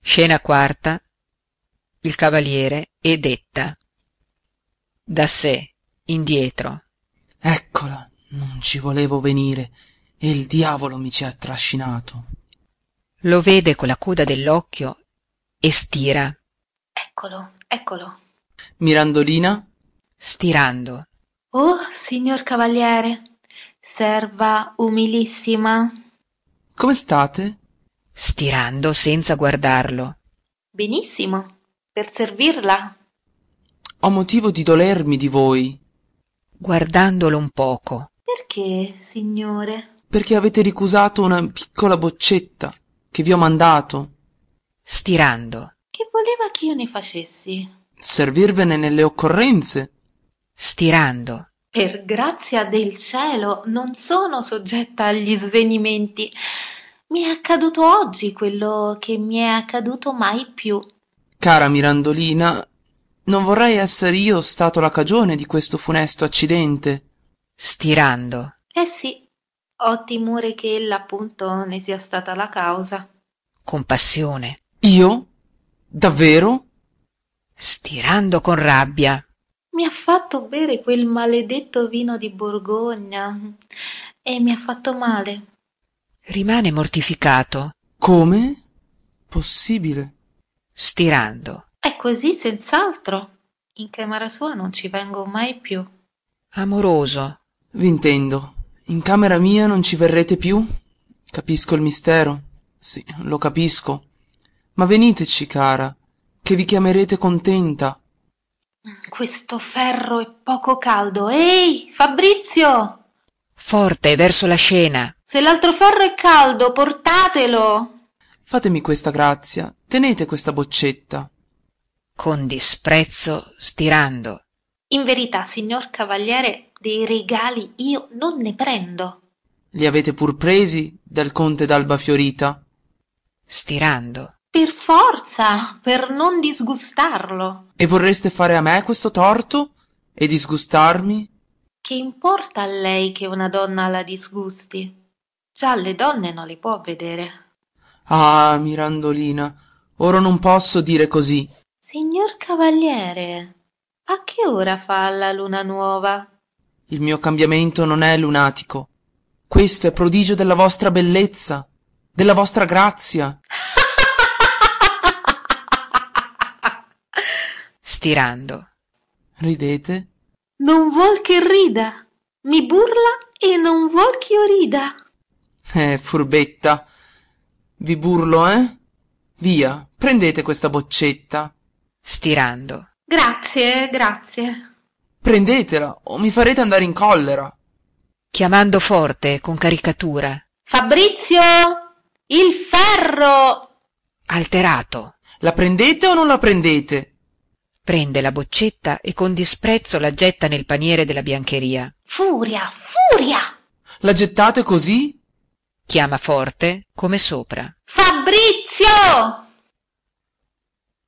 Scena quarta. Il cavaliere e Detta. Da sé, indietro. Eccola, non ci volevo venire e il diavolo mi ci ha trascinato. Lo vede con la coda dell'occhio e stira. Eccolo, eccolo. Mirandolina? Stirando. Oh, signor cavaliere, serva umilissima. Come state? Stirando senza guardarlo. Benissimo, per servirla. Ho motivo di dolermi di voi, Guardandolo un poco. Perché, signore? perché avete ricusato una piccola boccetta che vi ho mandato. Stirando. Che voleva che io ne facessi? Servirvene nelle occorrenze. Stirando. Per grazia del cielo, non sono soggetta agli svenimenti. Mi è accaduto oggi quello che mi è accaduto mai più. Cara Mirandolina, non vorrei essere io stato la cagione di questo funesto accidente. Stirando. Eh sì, ho timore che ella appunto ne sia stata la causa. Compassione. Io? Davvero? Stirando con rabbia. Mi ha fatto bere quel maledetto vino di Borgogna e mi ha fatto male. Rimane mortificato. Come? Possibile? Stirando. È così senz'altro. In camera sua non ci vengo mai più. Amoroso. V'intendo. In camera mia non ci verrete più? Capisco il mistero. Sì, lo capisco. Ma veniteci, cara, che vi chiamerete contenta. Questo ferro è poco caldo. Ehi, Fabrizio! Forte verso la scena. Se l'altro ferro è caldo, portatelo! Fatemi questa grazia, tenete questa boccetta. Con disprezzo stirando. In verità, signor cavaliere, dei regali io non ne prendo. Li avete pur presi dal conte d'Alba Fiorita? Stirando. Per forza, per non disgustarlo. E vorreste fare a me questo torto? E disgustarmi? Che importa a lei che una donna la disgusti? Già le donne non li può vedere. Ah, Mirandolina, ora non posso dire così. Signor cavaliere, a che ora fa la luna nuova? Il mio cambiamento non è lunatico. Questo è prodigio della vostra bellezza, della vostra grazia. Stirando. Ridete? Non vuol che rida. Mi burla e non vuol che io rida. Furbetta. Vi burlo, eh? Via, prendete questa boccetta. Stirando. Grazie, grazie. Prendetela o mi farete andare in collera. Chiamando forte con caricatura. Fabrizio! Il ferro! Alterato. La prendete o non la prendete? Prende la boccetta e con disprezzo la getta nel paniere della biancheria. Furia, furia! La gettate così? Chiama forte come sopra. Fabrizio!